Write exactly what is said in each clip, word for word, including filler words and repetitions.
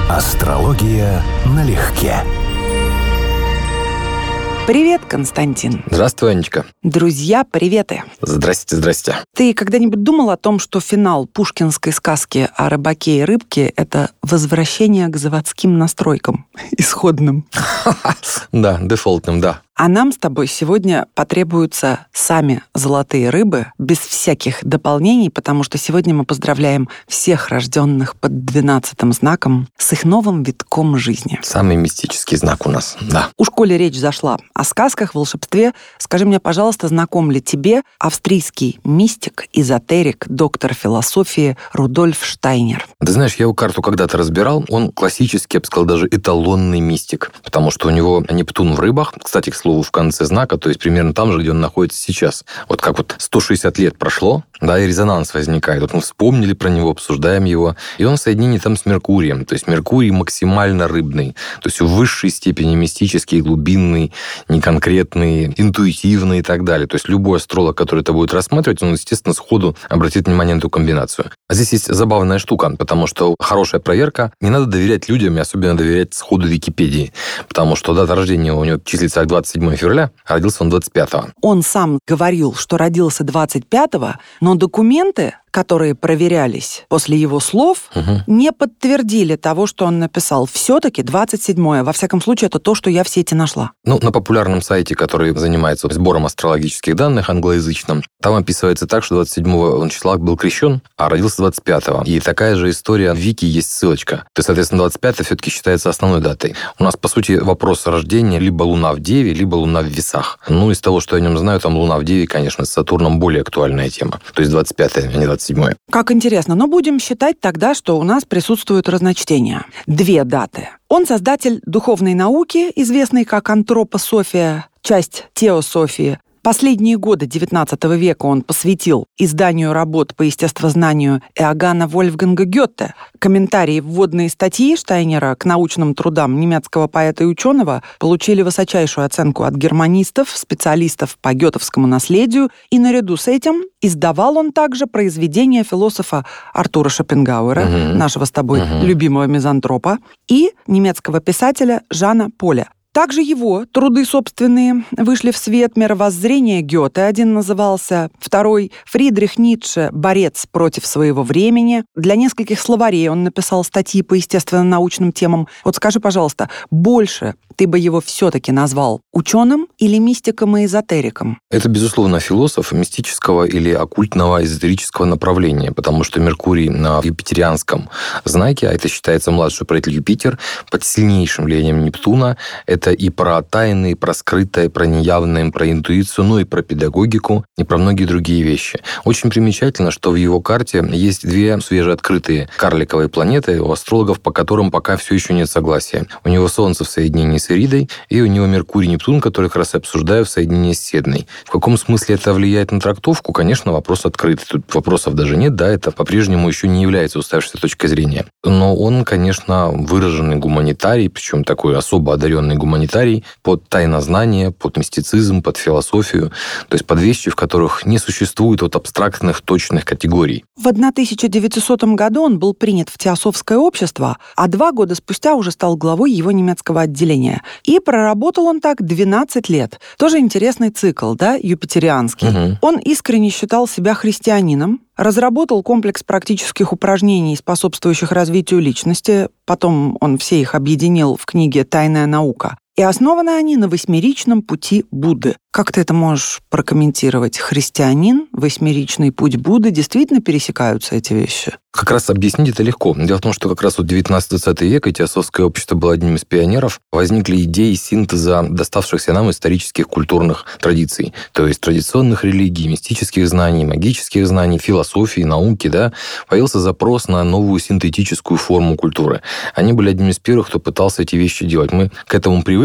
Астрология налегке. Привет, Константин. Здравствуй, Анечка. Друзья, приветы. Здрасте, здрасте. Ты когда-нибудь думал о том, что финал пушкинской сказки о рыбаке и рыбке — это возвращение к заводским настройкам, исходным? Да, дефолтным, да. А нам с тобой сегодня потребуются сами золотые рыбы, без всяких дополнений, потому что сегодня мы поздравляем всех рожденных под двенадцатым знаком с их новым витком жизни. Самый мистический знак у нас, да. Уж коли речь зашла о сказках, волшебстве, скажи мне, пожалуйста, знаком ли тебе австрийский мистик, эзотерик, доктор философии Рудольф Штайнер? Ты знаешь, я его карту когда-то разбирал, он классический, я бы сказал, даже эталонный мистик, потому что у него Нептун в рыбах, кстати, к слову, в конце знака, то есть примерно там же, где он находится сейчас. Вот как вот сто шестьдесят лет прошло, да, и резонанс возникает. Вот мы вспомнили про него, обсуждаем его, и он в соединении там с Меркурием. То есть Меркурий максимально рыбный, то есть в высшей степени мистический, глубинный, неконкретный, интуитивный и так далее. То есть любой астролог, который это будет рассматривать, он, естественно, сходу обратит внимание на эту комбинацию. А здесь есть забавная штука, потому что хорошая проверка, не надо доверять людям, и особенно доверять сходу Википедии, потому что дата рождения у него числится двадцать седьмого февраля, а родился он двадцать пятого. Он сам говорил, что родился двадцать пятого, но документы, которые проверялись после его слов, угу. не подтвердили того, что он написал. Все-таки двадцать седьмое. Во всяком случае, это то, что я в сети нашла. Ну, на популярном сайте, который занимается сбором астрологических данных англоязычном, там описывается так, что двадцать седьмого он числа был крещен, а родился двадцать пятого. И такая же история в Вики есть ссылочка. То есть, соответственно, двадцать пятое все-таки считается основной датой. У нас, по сути, вопрос рождения либо Луна в Деве, либо Луна в Весах. Ну, из того, что я о нем знаю, там Луна в Деве, конечно, с Сатурном более актуальная тема. То есть двадцать пятое, а не двадцать седьмое. Как интересно. Но будем считать тогда, что у нас присутствуют разночтения. Две даты. Он создатель духовной науки, известной как антропософия, часть теософии. Последние годы девятнадцатого века он посвятил изданию работ по естествознанию Иоганна Вольфганга Гёте. Комментарии в вводные статьи Штайнера к научным трудам немецкого поэта и ученого получили высочайшую оценку от германистов, специалистов по гётовскому наследию, и наряду с этим издавал он также произведения философа Артура Шопенгауэра, uh-huh. нашего с тобой uh-huh. любимого мизантропа, и немецкого писателя Жана Поля. Также его труды собственные вышли в свет. «Мировоззрение Гёте» один назывался, второй «Фридрих Ницше. Борец против своего времени». Для нескольких словарей он написал статьи по естественно-научным темам. Вот скажи, пожалуйста, больше ты бы его все-таки назвал ученым или мистиком и эзотериком? Это, безусловно, философ мистического или оккультного эзотерического направления, потому что Меркурий на юпитерианском знаке, а это считается младший правитель Юпитер, под сильнейшим влиянием Нептуна, это и про тайны, и про скрытое, про неявное, про интуицию, ну и про педагогику, и про многие другие вещи. Очень примечательно, что в его карте есть две свежеоткрытые карликовые планеты у астрологов, по которым пока все еще нет согласия. У него Солнце в соединении с Иридой, и у него Меркурий и Нептун, который как раз и обсуждаю, в соединении с Седной. В каком смысле это влияет на трактовку? Конечно, вопрос открытый. Тут вопросов даже нет, да, это по-прежнему еще не является уставшейся точкой зрения. Но он, конечно, выраженный гуманитарий, причем такой особо одаренный гуманитарий, под тайнознание, под мистицизм, под философию, то есть под вещи, в которых не существует вот абстрактных точных категорий. В тысяча девятисотом году он был принят в Теософское общество, а два года спустя уже стал главой его немецкого отделения. И проработал он так двенадцать лет. Тоже интересный цикл, да, юпитерианский. Угу. Он искренне считал себя христианином, разработал комплекс практических упражнений, способствующих развитию личности. Потом он все их объединил в книге «Тайная наука». И основаны они на восьмеричном пути Будды. Как ты это можешь прокомментировать? Христианин, восьмеричный путь Будды, действительно пересекаются эти вещи? Как раз объяснить это легко. Дело в том, что как раз вот девятнадцатый-двадцатый век, и Теософское общество было одним из пионеров, возникли идеи синтеза доставшихся нам исторических культурных традиций. То есть традиционных религий, мистических знаний, магических знаний, философии, науки, да. Появился запрос на новую синтетическую форму культуры. Они были одним из первых, кто пытался эти вещи делать. Мы к этому привыкли,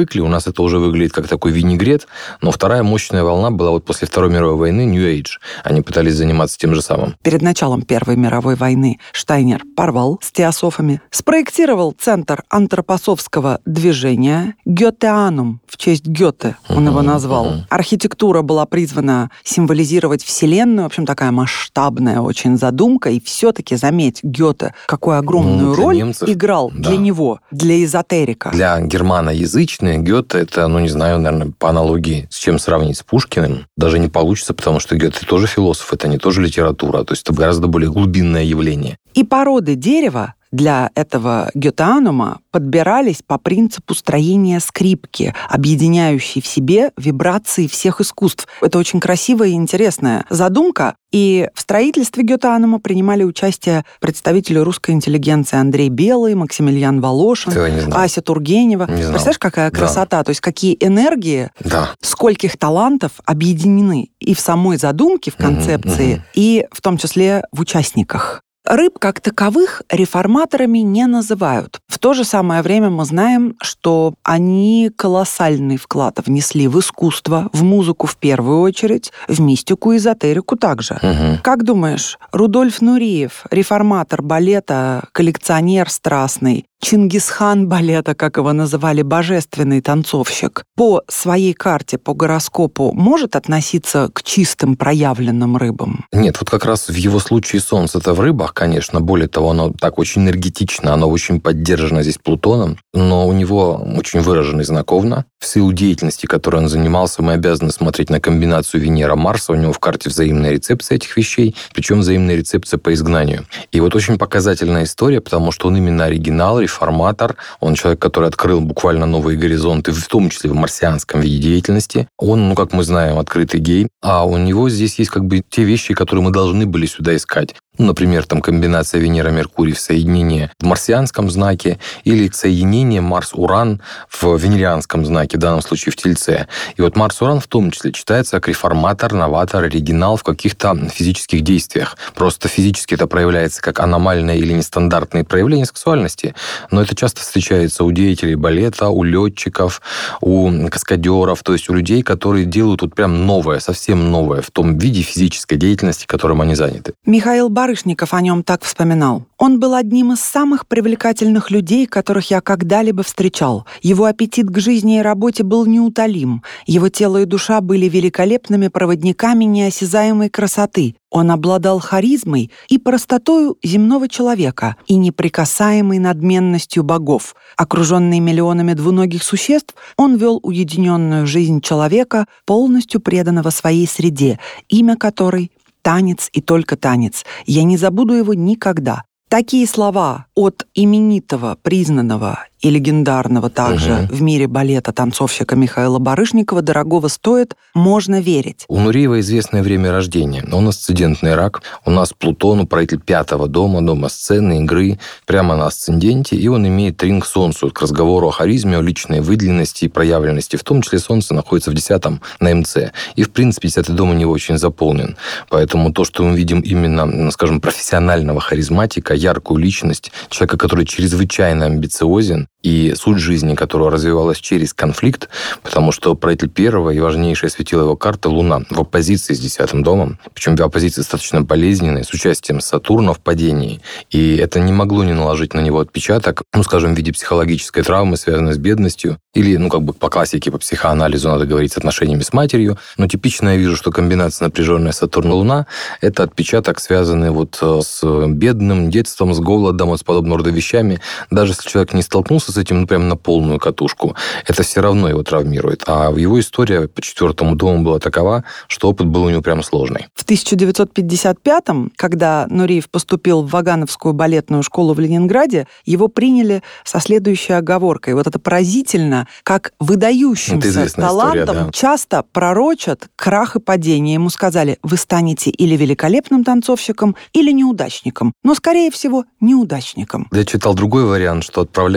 привыкли, у нас это уже выглядит как такой винегрет, но вторая мощная волна была вот после Второй мировой войны, New Age. Они пытались заниматься тем же самым. Перед началом Первой мировой войны Штайнер порвал с теософами, спроектировал центр антропософского движения Гётеанум, в честь Гёте он его назвал. Uh-huh. Архитектура была призвана символизировать Вселенную, в общем, такая масштабная очень задумка, и все-таки, заметь, Гёте, какую огромную ну, роль немцев, играл да. для него, для эзотерика. Для германоязычных Гёте это, ну, не знаю, наверное, по аналогии с чем сравнить с Пушкиным, даже не получится, потому что Гёте тоже философ, это не тоже литература, то есть это гораздо более глубинное явление. И породы дерева для этого гётеанума подбирались по принципу строения скрипки, объединяющей в себе вибрации всех искусств. Это очень красивая и интересная задумка. И в строительстве гётеанума принимали участие представители русской интеллигенции Андрей Белый, Максимилиан Волошин, Ася Тургенева. Представляешь, какая красота? Да. То есть какие энергии, да. скольких талантов объединены и в самой задумке, в концепции, угу, угу. и в том числе в участниках. Рыб как таковых реформаторами не называют. В то же самое время мы знаем, что они колоссальный вклад внесли в искусство, в музыку в первую очередь, в мистику и эзотерику также. Угу. Как думаешь, Рудольф Нуриев, реформатор балета, коллекционер страстный, Чингисхан балета, как его называли, божественный танцовщик, по своей карте, по гороскопу может относиться к чистым проявленным рыбам? Нет, вот как раз в его случае Солнце-то в рыбах, конечно, более того, оно так очень энергетично, оно очень поддержано здесь Плутоном, но у него очень выраженный знак Овна. В силу деятельности, которой он занимался, мы обязаны смотреть на комбинацию Венера-Марса, у него в карте взаимная рецепция этих вещей, причем взаимная рецепция по изгнанию. И вот очень показательная история, потому что он именно оригинал, реформатор, он человек, который открыл буквально новые горизонты, в том числе в марсианском виде деятельности. Он, ну, как мы знаем, открытый гей, а у него здесь есть как бы те вещи, которые мы должны были сюда искать. Ну, например, там комбинация Венера-Меркурий в соединении в марсианском знаке или соединение Марс-Уран в венерианском знаке, в данном случае в Тельце. И вот Марс-Уран в том числе читается как реформатор, новатор, оригинал в каких-то физических действиях. Просто физически это проявляется как аномальное или нестандартное проявление сексуальности, но это часто встречается у деятелей балета, у летчиков, у каскадеров, то есть у людей, которые делают вот прям новое, совсем новое в том виде физической деятельности, которым они заняты. Михаил Барышников о нем так вспоминал. Он был одним из самых привлекательных людей, которых я когда-либо встречал. Его аппетит к жизни и работе был неутолим. Его тело и душа были великолепными проводниками неосязаемой красоты. Он обладал харизмой и простотою земного человека и неприкасаемой надменностью богов. Окруженный миллионами двуногих существ, он вел уединенную жизнь человека, полностью преданного своей среде, имя которой — танец и только танец. Я не забуду его никогда. Такие слова от именитого, признанного и легендарного также угу. в мире балета танцовщика Михаила Барышникова дорогого стоит, можно верить. У Нуриева известное время рождения. Он асцендентный рак. У нас Плутон, управитель пятого дома, дома сцены, игры, прямо на асценденте, и он имеет трин к Солнцу, к разговору о харизме, о личной выделенности и проявленности. В том числе Солнце находится в десятом на МЦ. И, в принципе, десятый дом у него очень заполнен. Поэтому то, что мы видим именно, скажем, профессионального харизматика, яркую личность, человека, который чрезвычайно амбициозен, и суть жизни, которая развивалась через конфликт, потому что правитель первого и важнейшее светило его карты Луна в оппозиции с десятым домом, причем в оппозиции достаточно болезненной, с участием Сатурна в падении. И это не могло не наложить на него отпечаток, ну, скажем, в виде психологической травмы, связанной с бедностью, или, ну, как бы по классике, по психоанализу надо говорить с отношениями с матерью. Но типично я вижу, что комбинация напряженная Сатурн-Луна – это отпечаток, связанный вот с бедным детством, с голодом, вот с подобного рода вещами. Даже если человек не столкнулся с этим, ну, прям на полную катушку, это все равно его травмирует. А его история по четвертому дому была такова, что опыт был у него прям сложный. В тысяча девятьсот пятьдесят пятом, когда Нуриев поступил в Вагановскую балетную школу в Ленинграде, его приняли со следующей оговоркой. Вот это поразительно, как выдающимся талантом история, да. часто пророчат крах и падение. Ему сказали, вы станете или великолепным танцовщиком, или неудачником. Но, скорее всего, неудачником. Я читал другой вариант, что отправляю к тебе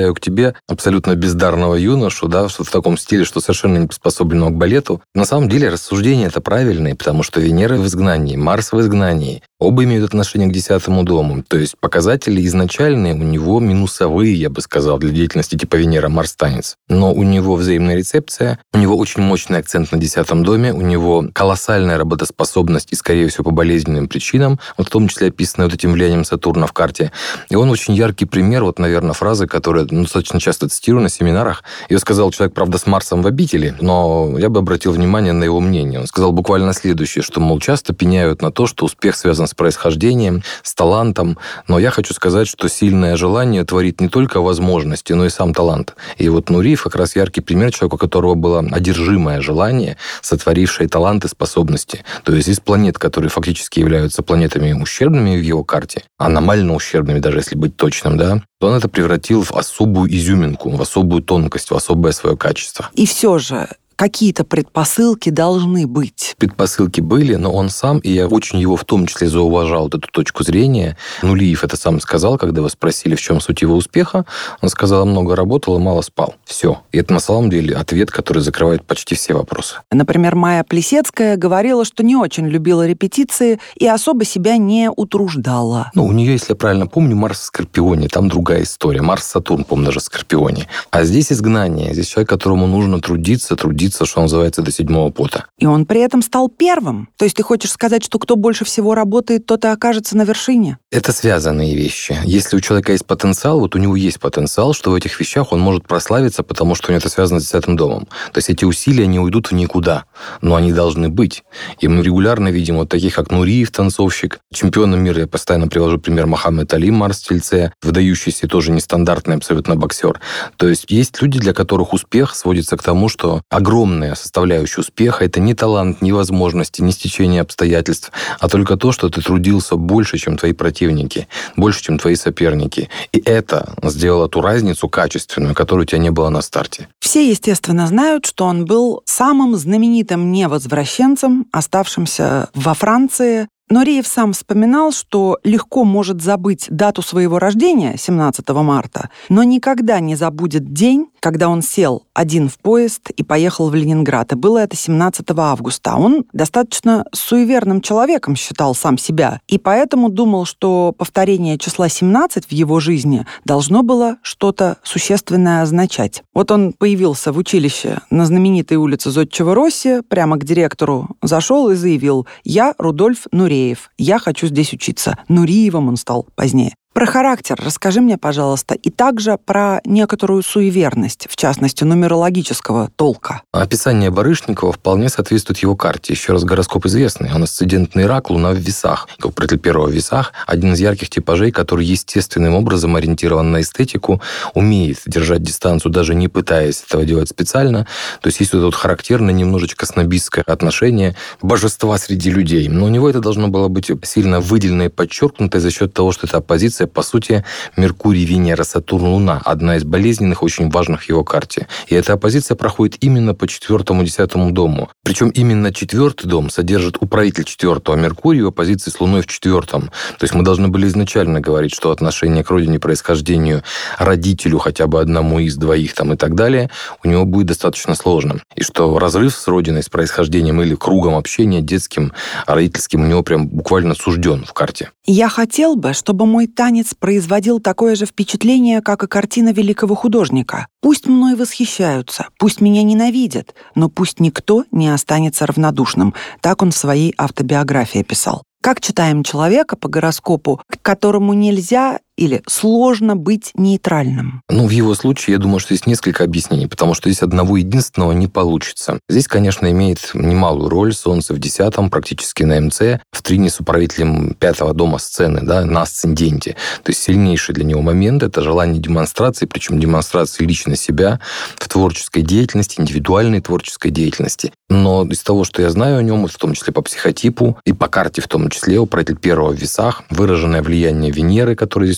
себе абсолютно бездарного юношу, да, что в таком стиле, что совершенно не приспособленного к балету. На самом деле рассуждения это правильные, потому что Венера в изгнании, Марс в изгнании. Оба имеют отношение к десятому дому. То есть показатели изначальные у него минусовые, я бы сказал, для деятельности типа Венера-Марс-Танец. Но у него взаимная рецепция, у него очень мощный акцент на десятом доме, у него колоссальная работоспособность и, скорее всего, по болезненным причинам, вот в том числе описанная вот этим влиянием Сатурна в карте. И он очень яркий пример, вот, наверное, фразы, которую ну, достаточно часто цитирую на семинарах. Ее сказал человек, правда, с Марсом в обители, но я бы обратил внимание на его мнение. Он сказал буквально следующее, что, мол, часто пеняют на то, что успех связан с происхождением, с талантом, но я хочу сказать, что сильное желание творит не только возможности, но и сам талант. И вот Нуриев как раз яркий пример человека, у которого было одержимое желание, сотворившее талант и способности. То есть из планет, которые фактически являются планетами ущербными в его карте, аномально ущербными, даже если быть точным, да, то он это превратил в особую изюминку, в особую тонкость, в особое свое качество. И все же какие-то предпосылки должны быть. Предпосылки были, но он сам, и я очень его в том числе зауважал, вот эту точку зрения. Нулиев это сам сказал, когда его спросили, в чем суть его успеха. Он сказал, много работал и мало спал. Все. И это на самом деле ответ, который закрывает почти все вопросы. Например, Майя Плисецкая говорила, что не очень любила репетиции и особо себя не утруждала. Ну, у нее, если я правильно помню, Марс в Скорпионе, там другая история. Марс-Сатурн, помню, даже в Скорпионе. А здесь изгнание. Здесь человек, которому нужно трудиться, трудиться, что называется, до седьмого пота. И он при этом стал первым. То есть ты хочешь сказать, что кто больше всего работает, тот и окажется на вершине? Это связанные вещи. Если у человека есть потенциал, вот у него есть потенциал, что в этих вещах он может прославиться, потому что у него это связано с десятым домом. То есть эти усилия не уйдут в никуда, но они должны быть. И мы регулярно видим вот таких, как Нуриев, танцовщик, чемпионом мира, я постоянно привожу пример Мохаммед Али, Марс в Тельце, выдающийся, тоже нестандартный абсолютно боксер. То есть есть люди, для которых успех сводится к тому, что огромное Огромная составляющая успеха – это не талант, не возможности, не стечение обстоятельств, а только то, что ты трудился больше, чем твои противники, больше, чем твои соперники. И это сделало ту разницу качественную, которой у тебя не было на старте. Все, естественно, знают, что он был самым знаменитым невозвращенцем, оставшимся во Франции. Нуриев сам вспоминал, что легко может забыть дату своего рождения, семнадцатого марта, но никогда не забудет день, когда он сел один в поезд и поехал в Ленинград. И было это семнадцатого августа. Он достаточно суеверным человеком считал сам себя, и поэтому думал, что повторение числа семнадцать в его жизни должно было что-то существенное означать. Вот он появился в училище на знаменитой улице Зодчего Росси, прямо к директору зашел и заявил: «Я Рудольф Нуриев. Я хочу здесь учиться». Нуриевым он стал позднее. Про характер расскажи мне, пожалуйста, и также про некоторую суеверность, в частности, нумерологического толка. Описание Барышникова вполне соответствует его карте. Еще раз, гороскоп известный. Он асцендентный рак, луна в весах. Как правитель первого в весах, один из ярких типажей, который естественным образом ориентирован на эстетику, умеет держать дистанцию, даже не пытаясь этого делать специально. То есть есть вот это вот характерное, немножечко снобистское отношение божества среди людей. Но у него это должно было быть сильно выделено и подчеркнуто за счет того, что это оппозиция, по сути, Меркурий, Венера, Сатурн, Луна. Одна из болезненных, очень важных в его карте. И эта оппозиция проходит именно по четвертому, десятому дому. Причем именно четвертый дом содержит управитель четвертого Меркурия в оппозиции с Луной в четвертом. То есть мы должны были изначально говорить, что отношение к родине, происхождению, родителю, хотя бы одному из двоих там, и так далее, у него будет достаточно сложным. И что разрыв с родиной, с происхождением или кругом общения детским, родительским у него прям буквально сужден в карте. Я хотел бы, чтобы мой танец производил такое же впечатление, как и картина великого художника. Пусть мной восхищаются, пусть меня ненавидят, но пусть никто не останется равнодушным. Так он в своей автобиографии писал. Как читаем человека по гороскопу, к которому нельзя или сложно быть нейтральным? Ну, в его случае, я думаю, что есть несколько объяснений, потому что здесь одного единственного не получится. Здесь, конечно, имеет немалую роль Солнце в десятом, практически на МЦ, в трине с управителем пятого дома сцены, да, на асценденте. То есть сильнейший для него момент – это желание демонстрации, причем демонстрации лично себя в творческой деятельности, индивидуальной творческой деятельности. Но из того, что я знаю о нем, в том числе по психотипу и по карте в том числе, управитель первого в весах, выраженное влияние Венеры, которое здесь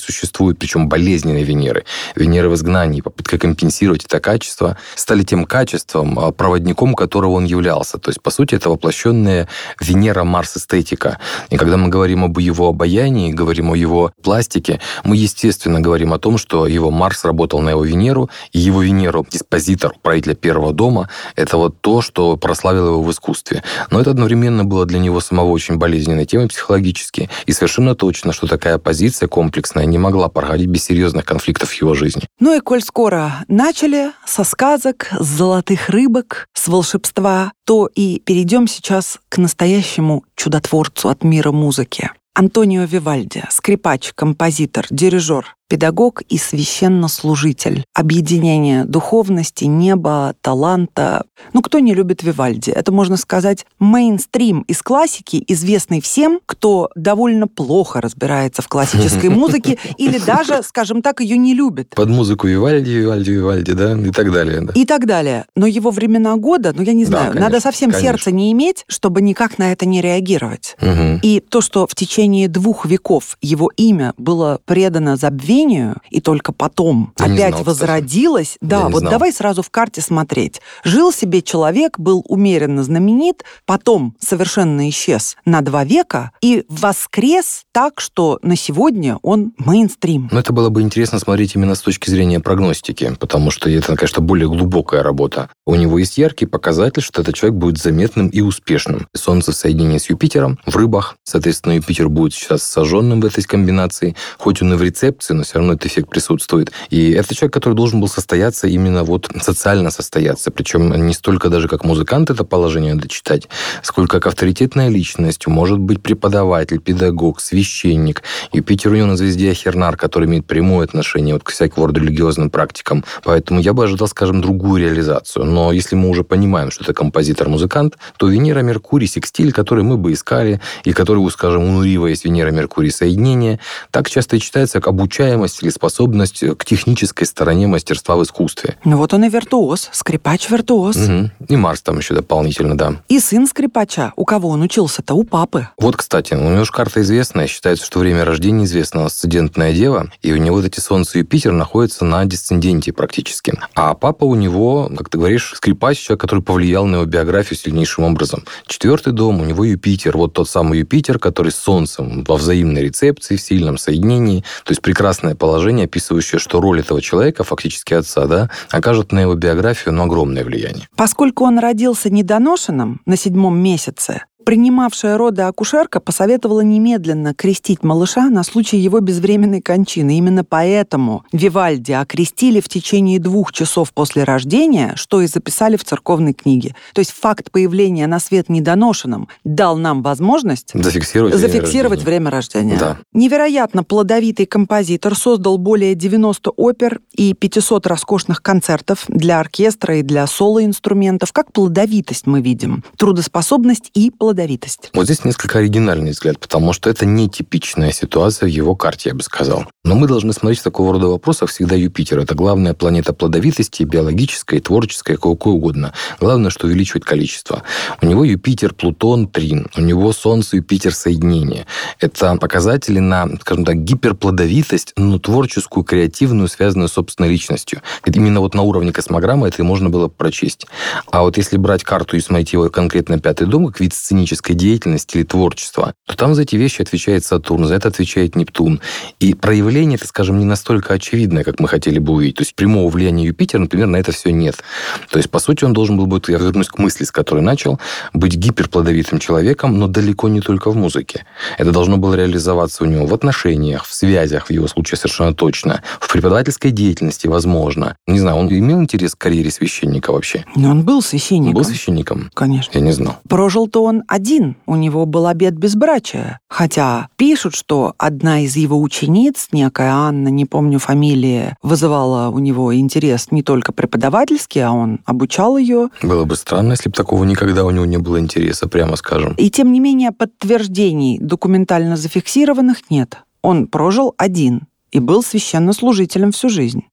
существует, причем болезненной Венеры, Венеры в изгнании, попытка компенсировать это качество, стали тем качеством, проводником которого он являлся. То есть, по сути, это воплощенная Венера-Марс-эстетика. И когда мы говорим об его обаянии, говорим о его пластике, мы, естественно, говорим о том, что его Марс работал на его Венеру, и его Венеру, диспозитор, правителя первого дома, это вот то, что прославило его в искусстве. Но это одновременно было для него самого очень болезненной темой психологически, и совершенно точно, что такая позиция комплексная не могла проходить без серьезных конфликтов в его жизни. Ну и коль скоро начали со сказок, с золотых рыбок, с волшебства, то и перейдем сейчас к настоящему чудотворцу от мира музыки. Антонио Вивальди, скрипач, композитор, дирижер, педагог и священнослужитель. Объединение духовности, неба, таланта. Ну, кто не любит Вивальди? Это, можно сказать, мейнстрим из классики, известный всем, кто довольно плохо разбирается в классической музыке или даже, скажем так, ее не любит. Под музыку Вивальди, Вивальди, Вивальди, да, и так далее. Да. И так далее. Но его времена года, ну, я не знаю, да, конечно, надо совсем конечно. сердца не иметь, чтобы никак на это не реагировать. Угу. И то, что в течение двух веков его имя было предано забвению, и только потом я опять знал, возродилось. Кстати. Да, я вот давай сразу в карте смотреть. Жил себе человек, был умеренно знаменит, потом совершенно исчез на два века и воскрес так, что на сегодня он мейнстрим. Но это было бы интересно смотреть именно с точки зрения прогностики, потому что это, конечно, более глубокая работа. У него есть яркий показатель, что этот человек будет заметным и успешным. Солнце в соединении с Юпитером в рыбах, соответственно, Юпитер будет сейчас сожженным в этой комбинации, хоть он и в рецепции, но все равно этот эффект присутствует. И это человек, который должен был состояться именно вот социально состояться, причем не столько даже как музыкант это положение надо читать, сколько как авторитетная личность, может быть преподаватель, педагог, священник. Юпитер у него на звезде Ахернар, который имеет прямое отношение вот к всякого рода религиозным практикам. Поэтому я бы ожидал, скажем, другую реализацию. Но если мы уже понимаем, что это композитор-музыкант, то Венера, Меркурий, секстиль, который мы бы искали, и который, скажем, у Нурриева есть Венера, Меркурий, соединение, так часто и читается как обучаемость или способность к технической стороне мастерства в искусстве. Ну вот он и виртуоз, скрипач-виртуоз. Угу. И Марс там еще дополнительно, да. И сын скрипача. У кого он учился-то? У папы. Вот, кстати, у него же карта известная. Считается, что время рождения известно. Асцендентная дева. И у него вот эти Солнце и Юпитер находятся на десценденте практически. А папа у него, как ты говоришь, скрипач, человек, который повлиял на его биографию сильнейшим образом. Четвертый дом, у него Юпитер. Вот тот самый Юпитер, который с Солнцем во взаимной рецепции, в сильном соединении. То есть прекрасное положение, описывающее, что роль этого человека, фактически отца, да, окажет на его биографию ну, огромное влияние. Поскольку он родился недоношенным на седьмом месяце, принимавшая роды акушерка посоветовала немедленно крестить малыша на случай его безвременной кончины. Именно поэтому Вивальди окрестили в течение двух часов после рождения, что и записали в церковной книге. То есть факт появления на свет недоношенным дал нам возможность зафиксировать, зафиксировать время рождения. Да. Невероятно плодовитый композитор создал более девяноста опер и пятьсот роскошных концертов для оркестра и для соло-инструментов. Как плодовитость мы видим. Трудоспособность и плодовитость. Вот здесь несколько оригинальный взгляд, потому что это нетипичная ситуация в его карте, я бы сказал. Но мы должны смотреть в такого рода вопросах всегда Юпитер. Это главная планета плодовитости, биологической, творческой, какой угодно. Главное, что увеличивает количество. У него Юпитер, Плутон, Трин. У него Солнце, Юпитер, соединение. Это показатели на, скажем так, гиперплодовитость, но творческую, креативную, связанную с собственной личностью. Это именно вот на уровне космограммы это и можно было прочесть. А вот если брать карту и смотреть его конкретно пятый дом, как вид сценической деятельности или творчества, то там за эти вещи отвечает Сатурн, за это отвечает Нептун. И проявление это, скажем, не настолько очевидное, как мы хотели бы увидеть. То есть прямого влияния Юпитера, например, на это все нет. То есть, по сути, он должен был быть, я вернусь к мысли, с которой начал, быть гиперплодовитым человеком, но далеко не только в музыке. Это должно было реализоваться у него в отношениях, в связях, в его случае совершенно точно, в преподавательской деятельности, возможно. Не знаю, он имел интерес к карьере священника вообще? Но он был священником. Был священником? Конечно. Я не знал. Прожил-то он один, у него был обет безбрачия. Хотя пишут, что одна из его учениц, некая Анна, не помню фамилии, вызывала у него интерес не только преподавательский, а он обучал ее. Было бы странно, если бы такого никогда у него не было интереса, прямо скажем. И тем не менее подтверждений документально зафиксированных нет. Он прожил один и был священнослужителем всю жизнь.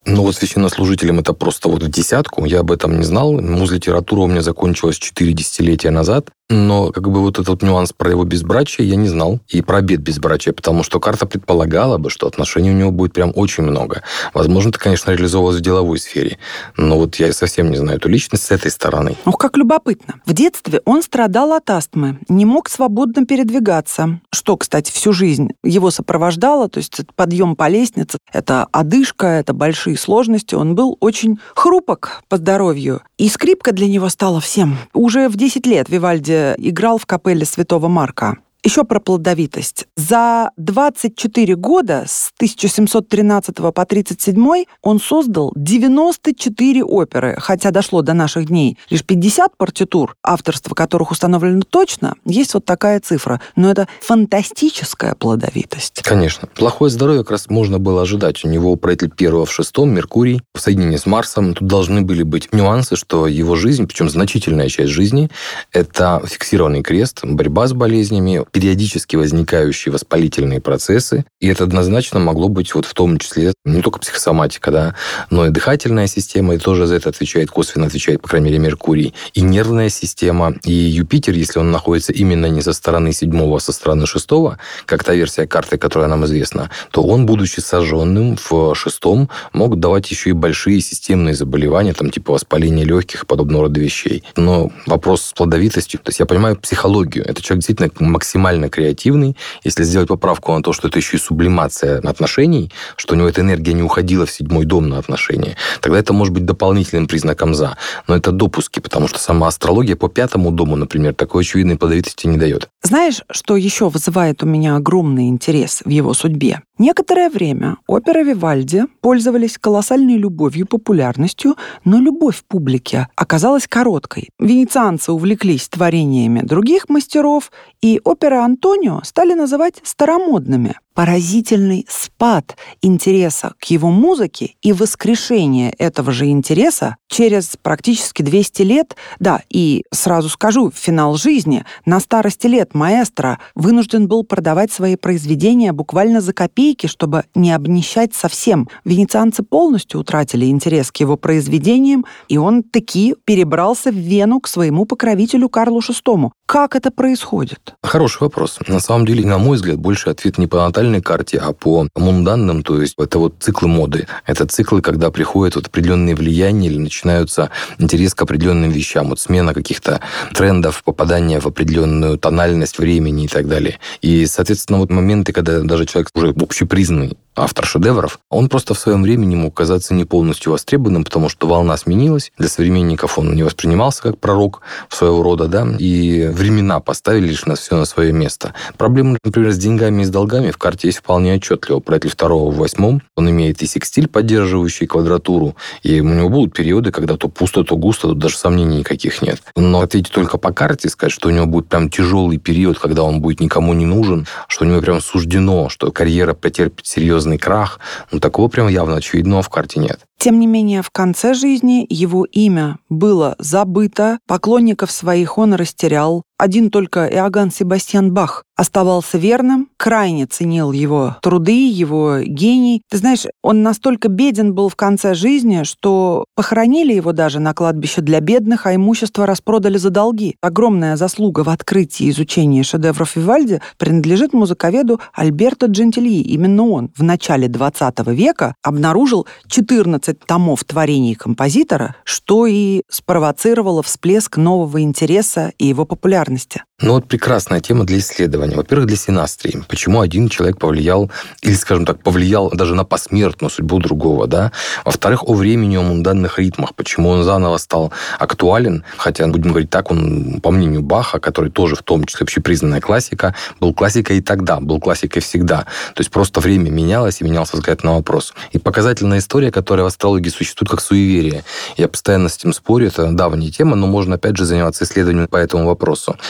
Ну вот священнослужителям это просто вот в десятку. Я об этом не знал. Муз-литература у меня закончилась четыре десятилетия назад. Но как бы вот этот нюанс про его безбрачие я не знал. И про обет безбрачия, потому что карта предполагала бы, что отношений у него будет прям очень много. Возможно, это, конечно, реализовывалось в деловой сфере. Но вот я совсем не знаю эту личность с этой стороны. Ох, как любопытно. В детстве он страдал от астмы, не мог свободно передвигаться. Что, кстати, всю жизнь его сопровождало. То есть это подъем по лестнице, это одышка, это большие сложности. Он был очень хрупок по здоровью. И скрипка для него стала всем. Уже в десять лет Вивальди играл в капелле Святого Марка. Еще про плодовитость. За двадцать четыре года, с тысяча семьсот тринадцатого по тридцать седьмой, он создал девяносто четыре оперы, хотя дошло до наших дней лишь пятьдесят партитур, авторство которых установлено точно. Есть вот такая цифра. Но это фантастическая плодовитость. Конечно. Плохое здоровье как раз можно было ожидать. У него управитель первого в шестом, Меркурий, в соединении с Марсом. Тут должны были быть нюансы, что его жизнь, причем значительная часть жизни, это фиксированный крест, борьба с болезнями, периодически возникающие воспалительные процессы, и это однозначно могло быть вот в том числе не только психосоматика, да, но и дыхательная система, и тоже за это отвечает, косвенно отвечает, по крайней мере, Меркурий, и нервная система, и Юпитер, если он находится именно не со стороны седьмого, а со стороны шестого, как та версия карты, которая нам известна, то он, будучи сожженным в шестом, мог давать еще и большие системные заболевания, там типа воспаления легких и подобного рода вещей. Но вопрос с плодовитостью, то есть я понимаю психологию, это человек действительно максимально креативный. Если сделать поправку на то, что это еще и сублимация отношений, что у него эта энергия не уходила в седьмой дом на отношения, тогда это может быть дополнительным признаком «за». Но это допуски, потому что сама астрология по пятому дому, например, такой очевидной плодовитости не дает. Знаешь, что еще вызывает у меня огромный интерес в его судьбе? Некоторое время оперы Вивальди пользовались колоссальной любовью, популярностью, но любовь публики оказалась короткой. Венецианцы увлеклись творениями других мастеров, и оперы Антонио стали называть старомодными. Поразительный спад интереса к его музыке и воскрешение этого же интереса через практически двести лет. Да, и сразу скажу, финал жизни. На старости лет маэстро вынужден был продавать свои произведения буквально за копейки, чтобы не обнищать совсем. Венецианцы полностью утратили интерес к его произведениям, и он таки перебрался в Вену к своему покровителю Карлу шестому. Как это происходит? Хороший вопрос. На самом деле, на мой взгляд, больше ответ не по натальной карте, а по мунданным, то есть это вот циклы моды. Это циклы, когда приходят вот определенные влияния или начинаются интерес к определенным вещам, вот смена каких-то трендов, попадание в определенную тональность времени и так далее. И, соответственно, вот моменты, когда даже человек уже общепризнанный автор шедевров, он просто в своем времени мог казаться не полностью востребованным, потому что волна сменилась. Для современников он не воспринимался как пророк своего рода, да, и времена поставили лишь на все на свое место. Проблема, например, с деньгами и с долгами в карте есть вполне отчетливо. Управитель второго в восьмом, он имеет и секстиль, поддерживающий квадратуру, и у него будут периоды, когда то пусто, то густо, тут даже сомнений никаких нет. Но ответить только по карте, сказать, что у него будет прям тяжелый период, когда он будет никому не нужен, что у него прям суждено, что карьера потерпит серьезный крах, ну, такого прям явно очевидного в карте нет. Тем не менее, в конце жизни его имя было забыто, поклонников своих он растерял. Один только Иоганн Себастьян Бах оставался верным, крайне ценил его труды, его гений. Ты знаешь, он настолько беден был в конце жизни, что похоронили его даже на кладбище для бедных, а имущество распродали за долги. Огромная заслуга в открытии и изучении шедевров Вивальди принадлежит музыковеду Альберто Джентильи. Именно он в начале двадцатого века обнаружил четырнадцать томов творений композитора, что и спровоцировало всплеск нового интереса и его популярности. Ну вот прекрасная тема для исследования. Во-первых, для синастрии. Почему один человек повлиял, или, скажем так, повлиял даже на посмертную судьбу другого, да? Во-вторых, о времени, о мунданных ритмах. Почему он заново стал актуален, хотя, будем говорить так, он, по мнению Баха, который тоже в том числе общепризнанная классика, был классикой и тогда, был классикой всегда. То есть просто время менялось, и менялся взгляд на вопрос. И показательная история, которая в астрологии существует как суеверие. Я постоянно с этим спорю, это давняя тема, но можно, опять же, заниматься исследованием по этому вопросу. Что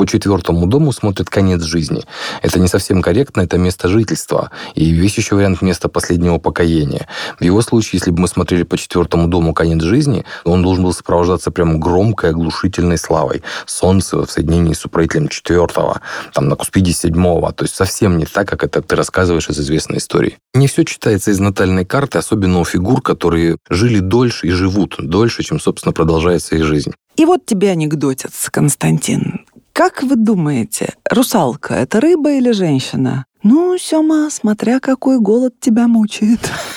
По четвертому дому смотрит конец жизни. Это не совсем корректно, это место жительства. И есть еще вариант места последнего покоения. В его случае, если бы мы смотрели по четвертому дому конец жизни, он должен был сопровождаться прям громкой, оглушительной славой. Солнце в соединении с управителем четвертого, там на куспиде седьмого. То есть совсем не так, как это ты рассказываешь из известной истории. Не все читается из натальной карты, особенно у фигур, которые жили дольше и живут дольше, чем, собственно, продолжается их жизнь. И вот тебе анекдотец, Константин. Как вы думаете, русалка — это рыба или женщина? Ну, Сёма, смотря какой голод тебя мучает.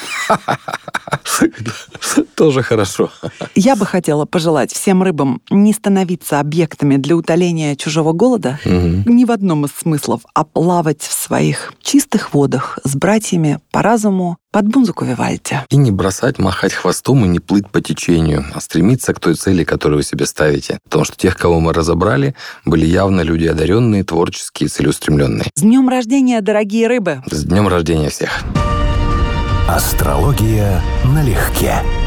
Тоже хорошо. Я бы хотела пожелать всем рыбам не становиться объектами для утоления чужого голода угу. ни в одном из смыслов, а плавать в своих чистых водах с братьями по разуму под музыку Вивальди. И не бросать, махать хвостом и не плыть по течению, а стремиться к той цели, которую вы себе ставите. Потому что тех, кого мы разобрали, были явно люди одаренные, творческие, целеустремленные. С днем рождения, дорогие рыбы! С днем рождения всех! Астрология налегке.